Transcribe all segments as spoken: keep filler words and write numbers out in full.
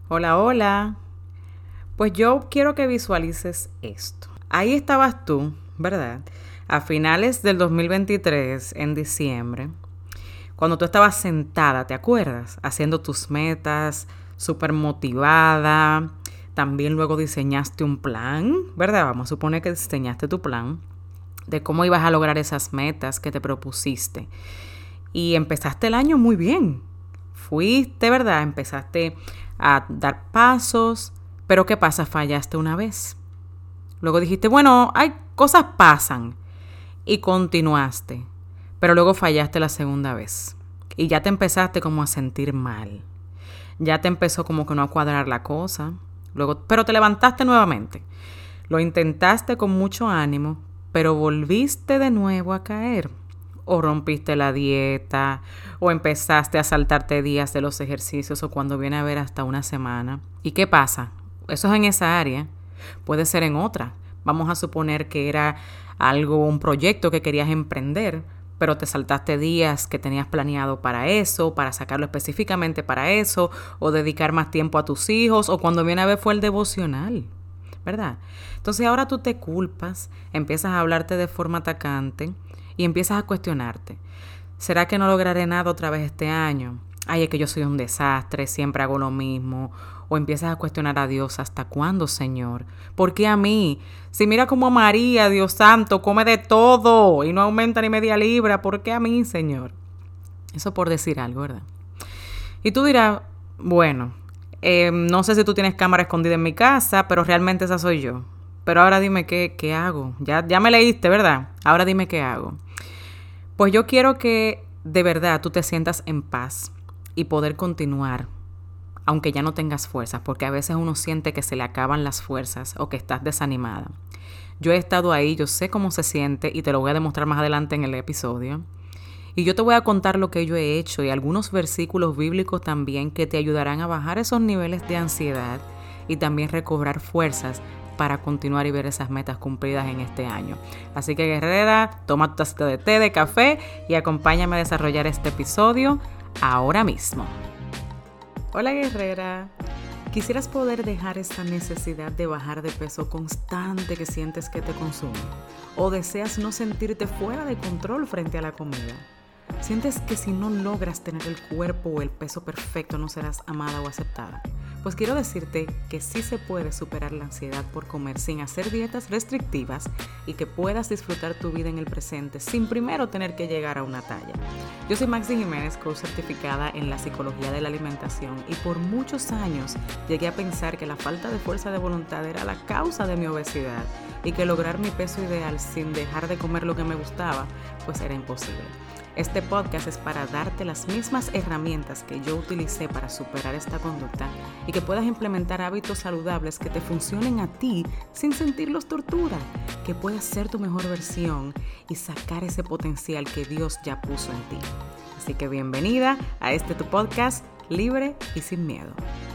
Hola, hola. Pues yo quiero que visualices esto. Ahí estabas tú, ¿verdad? A finales del dos mil veintitrés, en diciembre, cuando tú estabas sentada, ¿te acuerdas? Haciendo tus metas, súper motivada. También luego diseñaste un plan, ¿verdad? Vamos a suponer que diseñaste tu plan de cómo ibas a lograr esas metas que te propusiste. Y empezaste el año muy bien. Fuiste, ¿verdad? Empezaste a dar pasos, pero ¿qué pasa? Fallaste una vez. Luego dijiste, bueno, hay cosas pasan y continuaste, pero luego fallaste la segunda vez y ya te empezaste como a sentir mal. Ya te empezó como que no a cuadrar la cosa. Luego, pero te levantaste nuevamente. Lo intentaste con mucho ánimo, pero volviste de nuevo a caer. O rompiste la dieta, o empezaste a saltarte días de los ejercicios, o cuando viene a ver hasta una semana. ¿Y qué pasa? Eso es en esa área. Puede ser en otra. Vamos a suponer que era algo, un proyecto que querías emprender, pero te saltaste días que tenías planeado para eso, para sacarlo específicamente para eso, o dedicar más tiempo a tus hijos, o cuando viene a ver fue el devocional, ¿verdad? Entonces ahora tú te culpas, empiezas a hablarte de forma atacante y empiezas a cuestionarte. ¿Será que no lograré nada otra vez este año? Ay, es que yo soy un desastre, siempre hago lo mismo. O empiezas a cuestionar a Dios, ¿hasta cuándo, Señor? ¿Por qué a mí? Si mira como María, Dios santo, come de todo y no aumenta ni media libra, ¿por qué a mí, Señor? Eso por decir algo, ¿verdad? Y tú dirás, bueno, eh, no sé si tú tienes cámara escondida en mi casa, pero realmente esa soy yo. Pero ahora dime qué, qué hago. Ya, ya me leíste, ¿verdad? Ahora dime qué hago. Pues yo quiero que de verdad tú te sientas en paz y poder continuar, aunque ya no tengas fuerzas, porque a veces uno siente que se le acaban las fuerzas o que estás desanimada. Yo he estado ahí, yo sé cómo se siente y te lo voy a demostrar más adelante en el episodio. Y yo te voy a contar lo que yo he hecho y algunos versículos bíblicos también que te ayudarán a bajar esos niveles de ansiedad y también recobrar fuerzas para continuar y ver esas metas cumplidas en este año. Así que, guerrera, toma tu tacita de té, de café y acompáñame a desarrollar este episodio ahora mismo. Hola, guerrera. ¿Quisieras poder dejar esta necesidad de bajar de peso constante que sientes que te consume? ¿O deseas no sentirte fuera de control frente a la comida? ¿Sientes que si no logras tener el cuerpo o el peso perfecto no serás amada o aceptada? Pues quiero decirte que sí se puede superar la ansiedad por comer sin hacer dietas restrictivas y que puedas disfrutar tu vida en el presente sin primero tener que llegar a una talla. Yo soy Maxi Jiménez, coach certificada en la psicología de la alimentación y por muchos años llegué a pensar que la falta de fuerza de voluntad era la causa de mi obesidad y que lograr mi peso ideal sin dejar de comer lo que me gustaba, pues era imposible. Este podcast es para darte las mismas herramientas que yo utilicé para superar esta conducta y que puedas implementar hábitos saludables que te funcionen a ti sin sentirlos tortura, que puedas ser tu mejor versión y sacar ese potencial que Dios ya puso en ti. Así que bienvenida a este tu podcast, libre y sin miedo.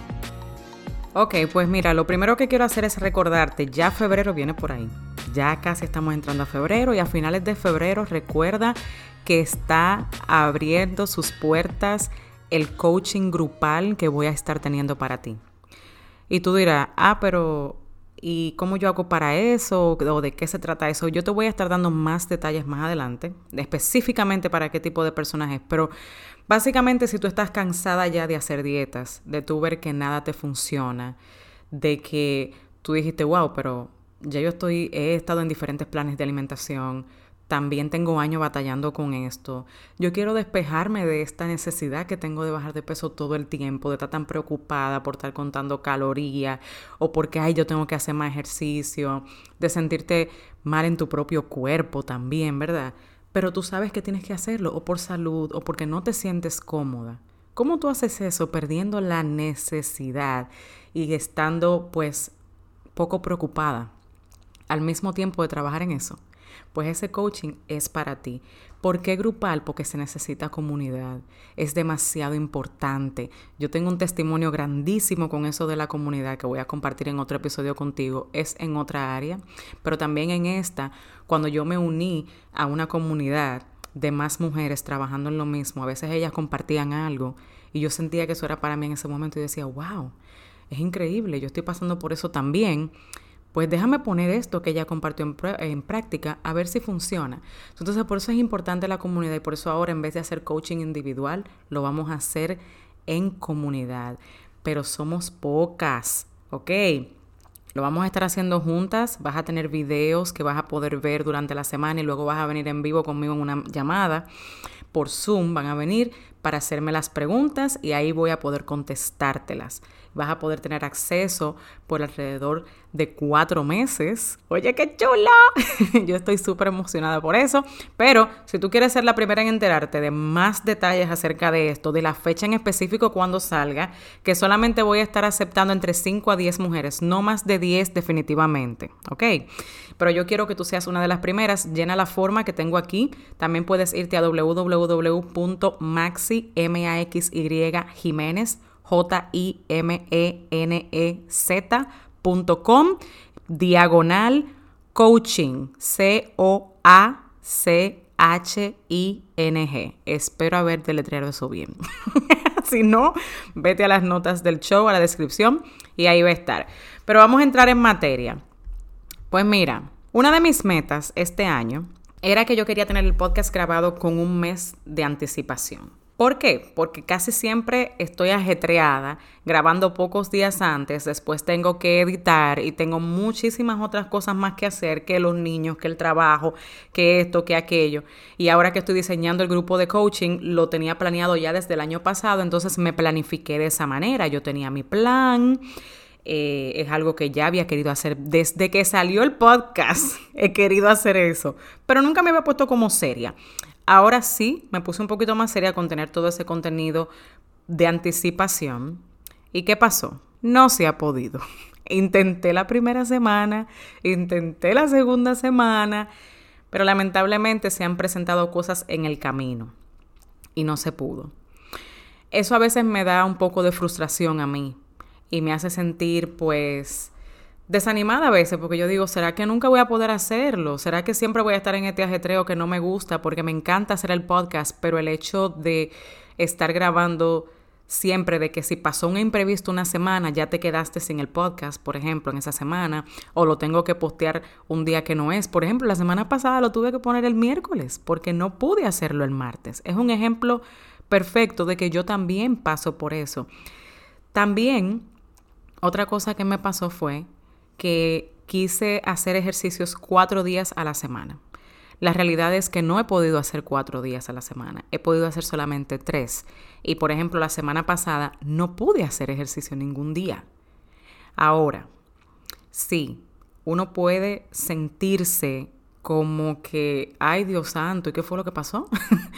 Ok, pues mira, lo primero que quiero hacer es recordarte, ya febrero viene por ahí. Ya casi estamos entrando a febrero y a finales de febrero recuerda que está abriendo sus puertas el coaching grupal que voy a estar teniendo para ti. Y tú dirás, ah, pero ¿y cómo yo hago para eso? ¿O de qué se trata eso? Yo te voy a estar dando más detalles más adelante, específicamente para qué tipo de personas es. Pero básicamente si tú estás cansada ya de hacer dietas, de tú ver que nada te funciona, de que tú dijiste, wow, pero ya yo estoy, he estado en diferentes planes de alimentación, también tengo años batallando con esto. Yo quiero despejarme de esta necesidad que tengo de bajar de peso todo el tiempo, de estar tan preocupada por estar contando calorías o porque, ay, yo tengo que hacer más ejercicio, de sentirte mal en tu propio cuerpo también, ¿verdad? Pero tú sabes que tienes que hacerlo o por salud o porque no te sientes cómoda. ¿Cómo tú haces eso perdiendo la necesidad y estando, pues, poco preocupada al mismo tiempo de trabajar en eso? Pues ese coaching es para ti. ¿Por qué grupal? Porque se necesita comunidad. Es demasiado importante. Yo tengo un testimonio grandísimo con eso de la comunidad que voy a compartir en otro episodio contigo. Es en otra área, pero también en esta, cuando yo me uní a una comunidad de más mujeres trabajando en lo mismo, a veces ellas compartían algo y yo sentía que eso era para mí en ese momento y decía, wow, es increíble, yo estoy pasando por eso también. Pues déjame poner esto que ella compartió en, pr- en práctica a ver si funciona. Entonces, por eso es importante la comunidad y por eso ahora en vez de hacer coaching individual, lo vamos a hacer en comunidad. Pero somos pocas, ¿ok? Lo vamos a estar haciendo juntas, vas a tener videos que vas a poder ver durante la semana y luego vas a venir en vivo conmigo en una llamada por Zoom, van a venir para hacerme las preguntas y ahí voy a poder contestártelas. Vas a poder tener acceso por alrededor de cuatro meses. ¡Oye, qué chulo! Yo estoy súper emocionada por eso. Pero si tú quieres ser la primera en enterarte de más detalles acerca de esto, de la fecha en específico cuando salga, que solamente voy a estar aceptando entre cinco a diez mujeres, no más de diez definitivamente, ¿ok? Pero yo quiero que tú seas una de las primeras. Llena la forma que tengo aquí. También puedes irte a w w w punto maxi Jiménez J I M E N E Z punto com diagonal coaching C O A C H I N G. Espero haber deletreado eso bien. Si no, vete a las notas del show, a la descripción y ahí va a estar. Pero vamos a entrar en materia. Pues mira, una de mis metas este año era que yo quería tener el podcast grabado con un mes de anticipación. ¿Por qué? Porque casi siempre estoy ajetreada, grabando pocos días antes, después tengo que editar y tengo muchísimas otras cosas más que hacer, que los niños, que el trabajo, que esto, que aquello. Y ahora que estoy diseñando el grupo de coaching, lo tenía planeado ya desde el año pasado, entonces me planifiqué de esa manera. Yo tenía mi plan, eh, es algo que ya había querido hacer desde que salió el podcast. He querido hacer eso, pero nunca me había puesto como seria. Ahora sí, me puse un poquito más seria con tener todo ese contenido de anticipación. ¿Y qué pasó? No se ha podido. Intenté la primera semana, intenté la segunda semana, pero lamentablemente se han presentado cosas en el camino y no se pudo. Eso a veces me da un poco de frustración a mí y me hace sentir, pues, desanimada a veces, porque yo digo, ¿será que nunca voy a poder hacerlo? ¿Será que siempre voy a estar en este ajetreo que no me gusta? Porque me encanta hacer el podcast, pero el hecho de estar grabando siempre, de que si pasó un imprevisto una semana, ya te quedaste sin el podcast, por ejemplo, en esa semana, o lo tengo que postear un día que no es. Por ejemplo, la semana pasada lo tuve que poner el miércoles, porque no pude hacerlo el martes. Es un ejemplo perfecto de que yo también paso por eso. También, otra cosa que me pasó fue que quise hacer ejercicios cuatro días a la semana. La realidad es que no he podido hacer cuatro días a la semana. He podido hacer solamente tres. Y, por ejemplo, la semana pasada no pude hacer ejercicio ningún día. Ahora, sí, uno puede sentirse como que, ay, Dios santo, ¿y qué fue lo que pasó?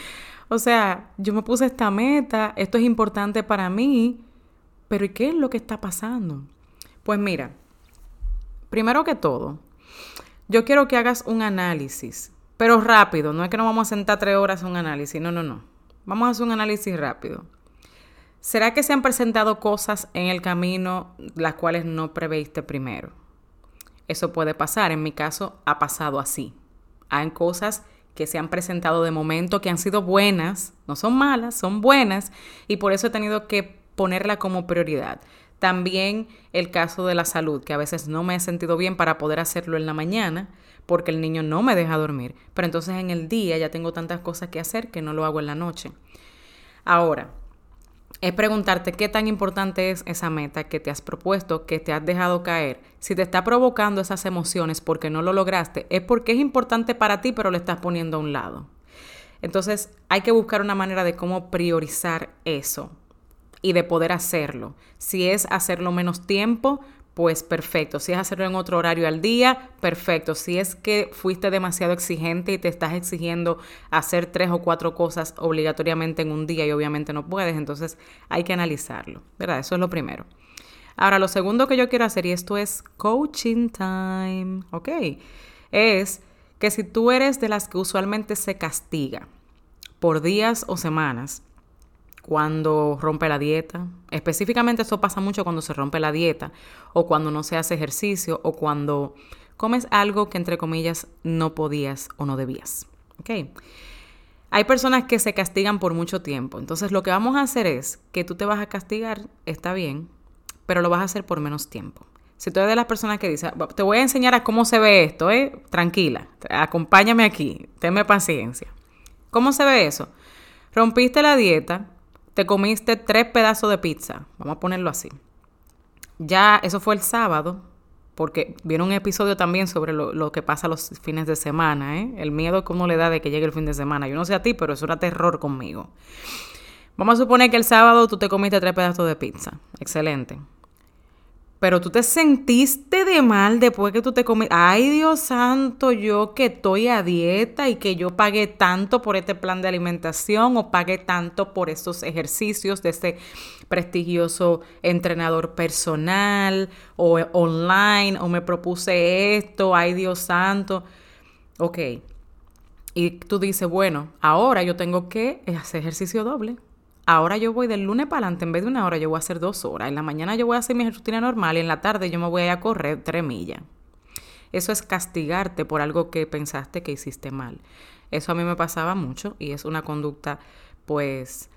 O sea, yo me puse esta meta, esto es importante para mí, pero ¿y qué es lo que está pasando? Pues mira, primero que todo, yo quiero que hagas un análisis, pero rápido. No es que nos vamos a sentar tres horas a un análisis. No, no, no. Vamos a hacer un análisis rápido. ¿Será que se han presentado cosas en el camino las cuales no preveíste primero? Eso puede pasar. En mi caso, ha pasado así. Hay cosas que se han presentado de momento que han sido buenas. No son malas, son buenas. Y por eso he tenido que ponerla como prioridad. También el caso de la salud, que a veces no me he sentido bien para poder hacerlo en la mañana porque el niño no me deja dormir. Pero entonces en el día ya tengo tantas cosas que hacer que no lo hago en la noche. Ahora, es preguntarte qué tan importante es esa meta que te has propuesto, que te has dejado caer. Si te está provocando esas emociones porque no lo lograste, es porque es importante para ti, pero lo estás poniendo a un lado. Entonces hay que buscar una manera de cómo priorizar eso y de poder hacerlo. Si es hacerlo menos tiempo, pues perfecto. Si es hacerlo en otro horario al día, perfecto. Si es que fuiste demasiado exigente y te estás exigiendo hacer tres o cuatro cosas obligatoriamente en un día y obviamente no puedes, entonces hay que analizarlo, ¿verdad? Eso es lo primero. Ahora, lo segundo que yo quiero hacer, y esto es coaching time, ¿ok? Es que si tú eres de las que usualmente se castiga por días o semanas, cuando rompe la dieta, específicamente eso pasa mucho cuando se rompe la dieta o cuando no se hace ejercicio o cuando comes algo que entre comillas no podías o no debías, ¿ok? Hay personas que se castigan por mucho tiempo, entonces lo que vamos a hacer es que tú te vas a castigar, está bien, pero lo vas a hacer por menos tiempo. Si tú eres de las personas que dicen, te voy a enseñar a cómo se ve esto, ¿eh? Tranquila, acompáñame aquí, tenme paciencia. ¿Cómo se ve eso? Rompiste la dieta, te comiste tres pedazos de pizza, vamos a ponerlo así. Ya eso fue el sábado, porque viene un episodio también sobre lo, lo que pasa los fines de semana, ¿eh? El miedo que uno le da de que llegue el fin de semana. Yo no sé a ti, pero eso era terror conmigo. Vamos a suponer que el sábado tú te comiste tres pedazos de pizza. Excelente. Pero tú te sentiste de mal después que tú te comiste. Ay, Dios santo, yo que estoy a dieta y que yo pagué tanto por este plan de alimentación o pagué tanto por estos ejercicios de este prestigioso entrenador personal o online o me propuse esto. Ay, Dios santo. Ok. Y tú dices, bueno, ahora yo tengo que hacer ejercicio doble. Ahora yo voy del lunes para adelante, en vez de una hora yo voy a hacer dos horas. En la mañana yo voy a hacer mi rutina normal y en la tarde yo me voy a ir a correr tres millas. Eso es castigarte por algo que pensaste que hiciste mal. Eso a mí me pasaba mucho y es una conducta pues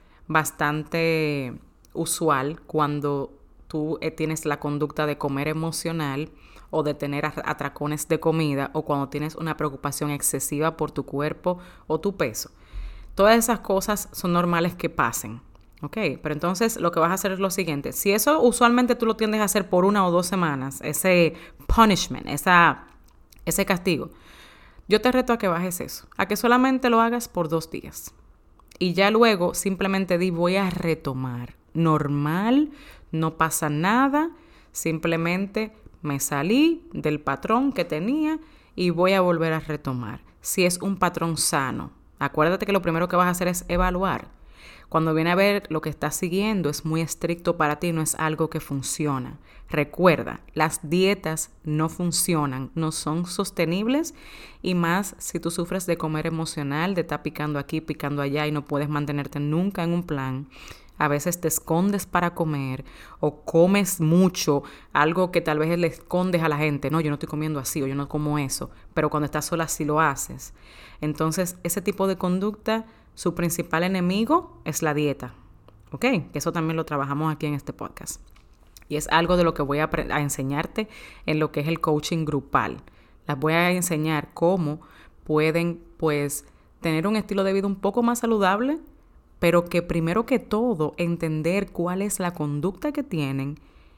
bastante usual cuando tú eh, tienes la conducta de comer emocional o de tener atracones de comida o cuando tienes una preocupación excesiva por tu cuerpo o tu peso. Todas esas cosas son normales que pasen, ¿ok? Pero entonces lo que vas a hacer es lo siguiente. Si eso usualmente tú lo tiendes a hacer por una o dos semanas, ese punishment, esa, ese castigo, yo te reto a que bajes eso, a que solamente lo hagas por dos días. Y ya luego simplemente di, voy a retomar. Normal, no pasa nada, simplemente me salí del patrón que tenía y voy a volver a retomar. Si es un patrón sano. Acuérdate que lo primero que vas a hacer es evaluar. Cuando viene a ver lo que estás siguiendo es muy estricto para ti, no es algo que funciona. Recuerda, las dietas no funcionan, no son sostenibles y más si tú sufres de comer emocional, de estar picando aquí, picando allá y no puedes mantenerte nunca en un plan. A veces te escondes para comer o comes mucho, algo que tal vez le escondes a la gente. No, yo no estoy comiendo así o yo no como eso, pero cuando estás sola sí lo haces. Entonces, ese tipo de conducta, su principal enemigo es la dieta. ¿Ok? Eso también lo trabajamos aquí en este podcast. Y es algo de lo que voy a, pre- a enseñarte en lo que es el coaching grupal. Las voy a enseñar cómo pueden, pues, tener un estilo de vida un poco más saludable, pero que primero que todo entender cuál es la conducta que tienen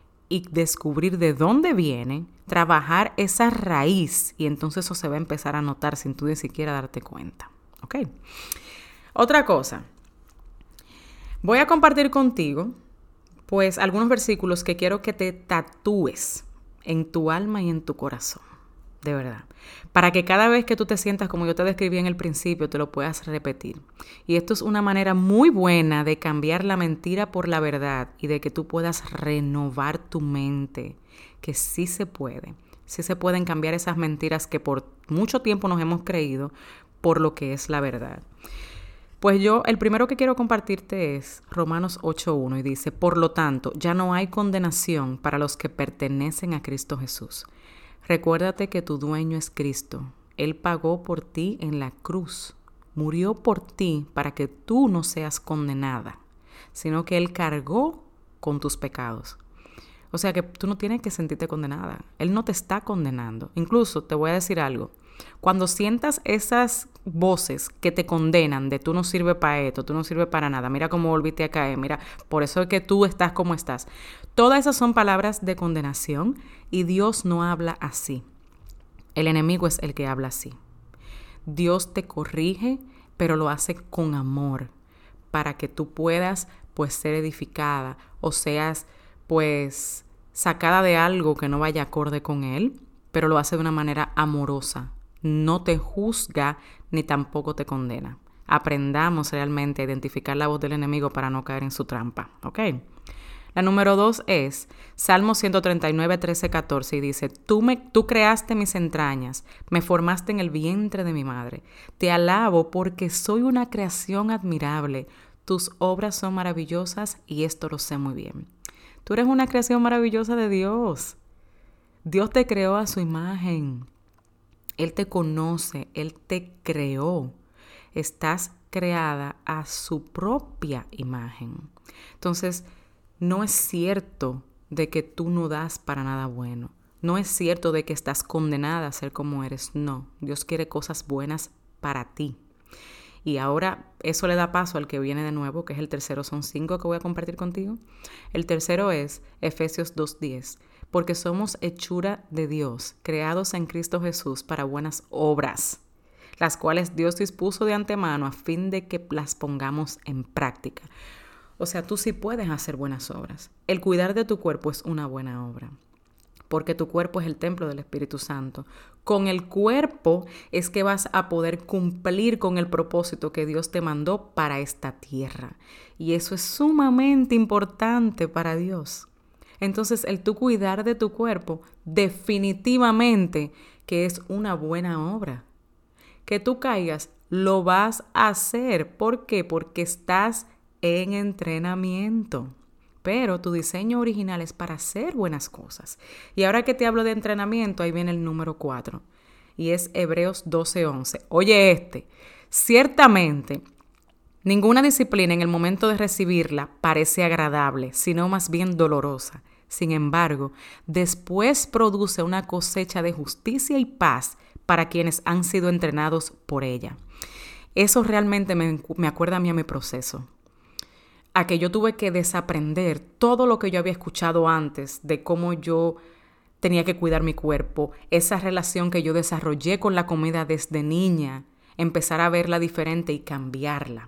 y descubrir de dónde viene, trabajar esa raíz y entonces eso se va a empezar a notar sin tú ni siquiera darte cuenta. ¿Ok? Otra cosa, voy a compartir contigo pues algunos versículos que quiero que te tatúes en tu alma y en tu corazón. De verdad, para que cada vez que tú te sientas como yo te describí en el principio, te lo puedas repetir. Y esto es una manera muy buena de cambiar la mentira por la verdad y de que tú puedas renovar tu mente, que sí se puede. Sí se pueden cambiar esas mentiras que por mucho tiempo nos hemos creído por lo que es la verdad. Pues yo, el primero que quiero compartirte es Romanos ocho uno y dice, por lo tanto, ya no hay condenación para los que pertenecen a Cristo Jesús. Recuérdate que tu dueño es Cristo. Él pagó por ti en la cruz. Murió por ti para que tú no seas condenada, sino que Él cargó con tus pecados. O sea que tú no tienes que sentirte condenada. Él no te está condenando. Incluso te voy a decir algo. Cuando sientas esas voces que te condenan de tú no sirves para esto, tú no sirves para nada, mira cómo volviste a caer, mira, por eso es que tú estás como estás. Todas esas son palabras de condenación y Dios no habla así. El enemigo es el que habla así. Dios te corrige, pero lo hace con amor para que tú puedas pues ser edificada o seas pues sacada de algo que no vaya acorde con Él, pero lo hace de una manera amorosa. No te juzga ni tampoco te condena. Aprendamos realmente a identificar la voz del enemigo para no caer en su trampa, ¿ok? La número dos es Salmo ciento treinta y nueve, trece, catorce y dice, tú, me, tú creaste mis entrañas, me formaste en el vientre de mi madre. Te alabo porque soy una creación admirable. Tus obras son maravillosas y esto lo sé muy bien. Tú eres una creación maravillosa de Dios. Dios te creó a su imagen. Él te conoce, Él te creó. Estás creada a su propia imagen. Entonces, no es cierto de que tú no das para nada bueno. No es cierto de que estás condenada a ser como eres. No, Dios quiere cosas buenas para ti. Y ahora eso le da paso al que viene de nuevo, que es el tercero. Son cinco que voy a compartir contigo. El tercero es Efesios dos diez. Porque somos hechura de Dios, creados en Cristo Jesús para buenas obras, las cuales Dios dispuso de antemano a fin de que las pongamos en práctica. O sea, tú sí puedes hacer buenas obras. El cuidar de tu cuerpo es una buena obra, porque tu cuerpo es el templo del Espíritu Santo. Con el cuerpo es que vas a poder cumplir con el propósito que Dios te mandó para esta tierra. Y eso es sumamente importante para Dios. Entonces, el tú cuidar de tu cuerpo definitivamente que es una buena obra. Que tú caigas, lo vas a hacer. ¿Por qué? Porque estás en entrenamiento. Pero tu diseño original es para hacer buenas cosas. Y ahora que te hablo de entrenamiento, ahí viene el número cuatro. Y es Hebreos doce once. Oye este, ciertamente ninguna disciplina en el momento de recibirla parece agradable, sino más bien dolorosa. Sin embargo, después produce una cosecha de justicia y paz para quienes han sido entrenados por ella. Eso realmente me, me acuerda a mí a mi proceso. A que yo tuve que desaprender todo lo que yo había escuchado antes de cómo yo tenía que cuidar mi cuerpo, esa relación que yo desarrollé con la comida desde niña, empezar a verla diferente y cambiarla.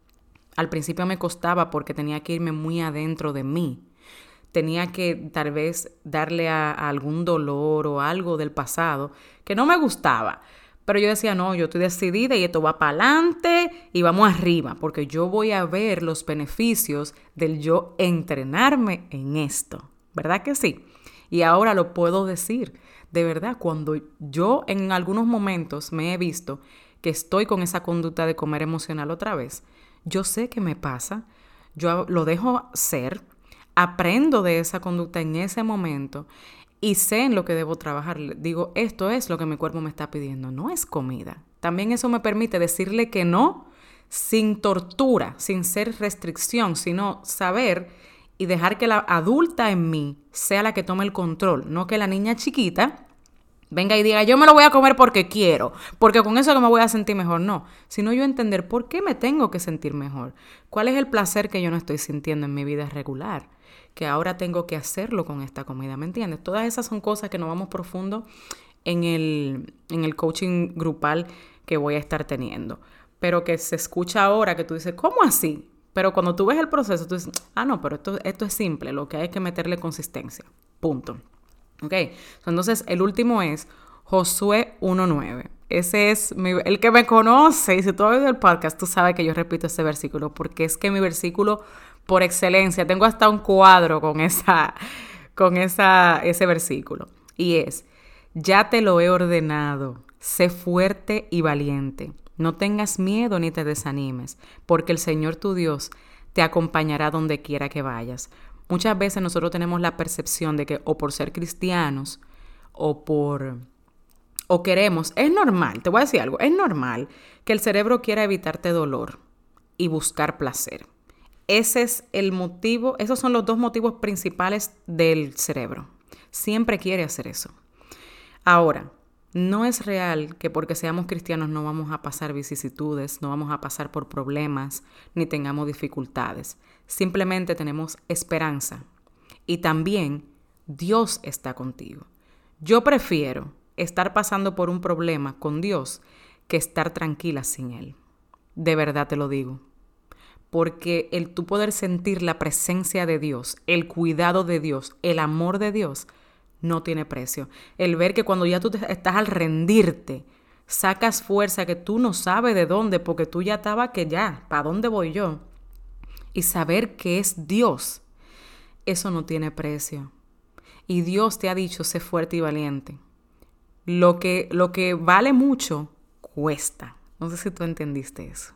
Al principio me costaba porque tenía que irme muy adentro de mí. Tenía que tal vez darle a, a algún dolor o algo del pasado que no me gustaba. Pero yo decía, no, yo estoy decidida y esto va para adelante y vamos arriba, porque yo voy a ver los beneficios del yo entrenarme en esto. ¿Verdad que sí? Y ahora lo puedo decir. De verdad, cuando yo en algunos momentos me he visto que estoy con esa conducta de comer emocional otra vez, yo sé qué me pasa, yo lo dejo ser, aprendo de esa conducta en ese momento y sé en lo que debo trabajar. Digo, esto es lo que mi cuerpo me está pidiendo, no es comida. También eso me permite decirle que no sin tortura, sin ser restricción, sino saber y dejar que la adulta en mí sea la que tome el control, no que la niña chiquita venga y diga, yo me lo voy a comer porque quiero, porque con eso que me voy a sentir mejor. No, sino yo entender por qué me tengo que sentir mejor. ¿Cuál es el placer que yo no estoy sintiendo en mi vida regular? Que ahora tengo que hacerlo con esta comida, ¿me entiendes? Todas esas son cosas que nos vamos profundo en el, en el coaching grupal que voy a estar teniendo. Pero que se escucha ahora que tú dices, ¿cómo así? Pero cuando tú ves el proceso, tú dices, ah, no, pero esto, esto es simple, lo que hay es que meterle consistencia. Punto. ¿Ok? Entonces, el último es Josué uno nueve. Ese es mi, el que me conoce, y si tú has oído el podcast, tú sabes que yo repito ese versículo, porque es que mi versículo por excelencia, tengo hasta un cuadro con, esa, con esa, ese versículo. Y es, ya te lo he ordenado, sé fuerte y valiente. No tengas miedo ni te desanimes, porque el Señor tu Dios te acompañará donde quiera que vayas. Muchas veces nosotros tenemos la percepción de que o por ser cristianos o por... o queremos, es normal, te voy a decir algo, es normal que el cerebro quiera evitarte dolor y buscar placer. Ese es el motivo, esos son los dos motivos principales del cerebro. Siempre quiere hacer eso. Ahora, no es real que porque seamos cristianos no vamos a pasar vicisitudes, no vamos a pasar por problemas, ni tengamos dificultades. Simplemente tenemos esperanza. Y también Dios está contigo. Yo prefiero estar pasando por un problema con Dios que estar tranquila sin Él. De verdad te lo digo. Porque el tú poder sentir la presencia de Dios, el cuidado de Dios, el amor de Dios, no tiene precio. El ver que cuando ya tú te estás al rendirte, sacas fuerza que tú no sabes de dónde, porque tú ya estabas que ya, ¿para dónde voy yo? Y saber que es Dios, eso no tiene precio. Y Dios te ha dicho, sé fuerte y valiente. Lo que, lo que vale mucho, cuesta. No sé si tú entendiste eso.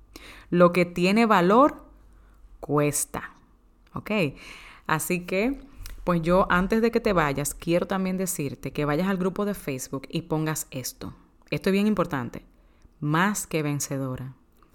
Lo que tiene valor, cuesta. ¿Ok? Así que, pues yo antes de que te vayas, quiero también decirte que vayas al grupo de Facebook y pongas esto. Esto es bien importante. Más que vencedora.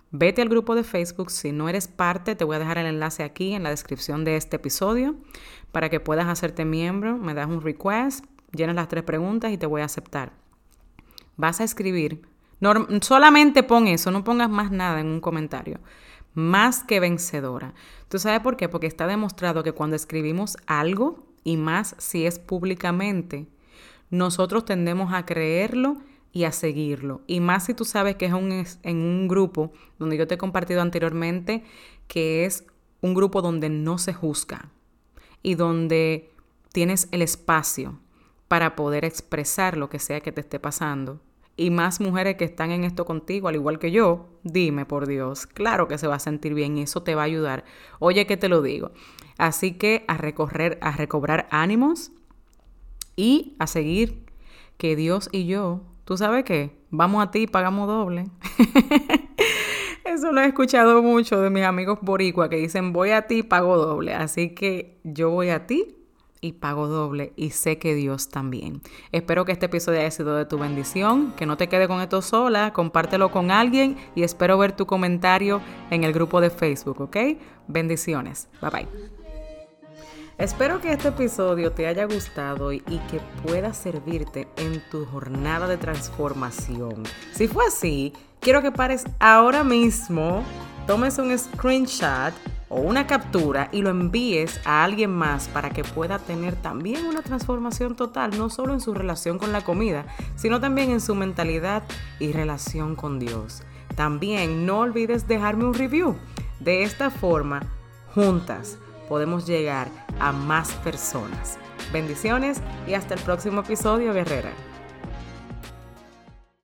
vete al grupo de Facebook. Si no eres parte, te voy a dejar el enlace aquí en la descripción de este episodio para que puedas hacerte miembro. Me das un request, llenas las tres preguntas y te voy a aceptar. Vas a escribir, norm- solamente pon eso, no pongas más nada en un comentario. Más que vencedora. ¿Tú sabes por qué? Porque está demostrado que cuando escribimos algo, y más si es públicamente, nosotros tendemos a creerlo y a seguirlo. Y más si tú sabes que es un, en un grupo donde yo te he compartido anteriormente, que es un grupo donde no se juzga y donde tienes el espacio para poder expresar lo que sea que te esté pasando. Y más mujeres que están en esto contigo, al igual que yo, dime por Dios, claro que se va a sentir bien y eso te va a ayudar. Oye, que te lo digo. Así que a recorrer, a recobrar ánimos y a seguir que Dios y yo, ¿tú sabes qué? Vamos a ti y pagamos doble. Eso lo he escuchado mucho de mis amigos boricua que dicen voy a ti y pago doble. Así que yo voy a ti y pago doble y sé que Dios también. Espero que este episodio haya sido de tu bendición, que no te quede con esto sola, compártelo con alguien y espero ver tu comentario en el grupo de Facebook, ¿ok? Bendiciones. Bye bye. Espero que este episodio te haya gustado y, y que pueda servirte en tu jornada de transformación. Si fue así, quiero que pares ahora mismo, tomes un screenshot o una captura y lo envíes a alguien más para que pueda tener también una transformación total, no solo en su relación con la comida, sino también en su mentalidad y relación con Dios. También no olvides dejarme un review. De esta forma, juntas, podemos llegar a más personas. Bendiciones y hasta el próximo episodio, guerrera.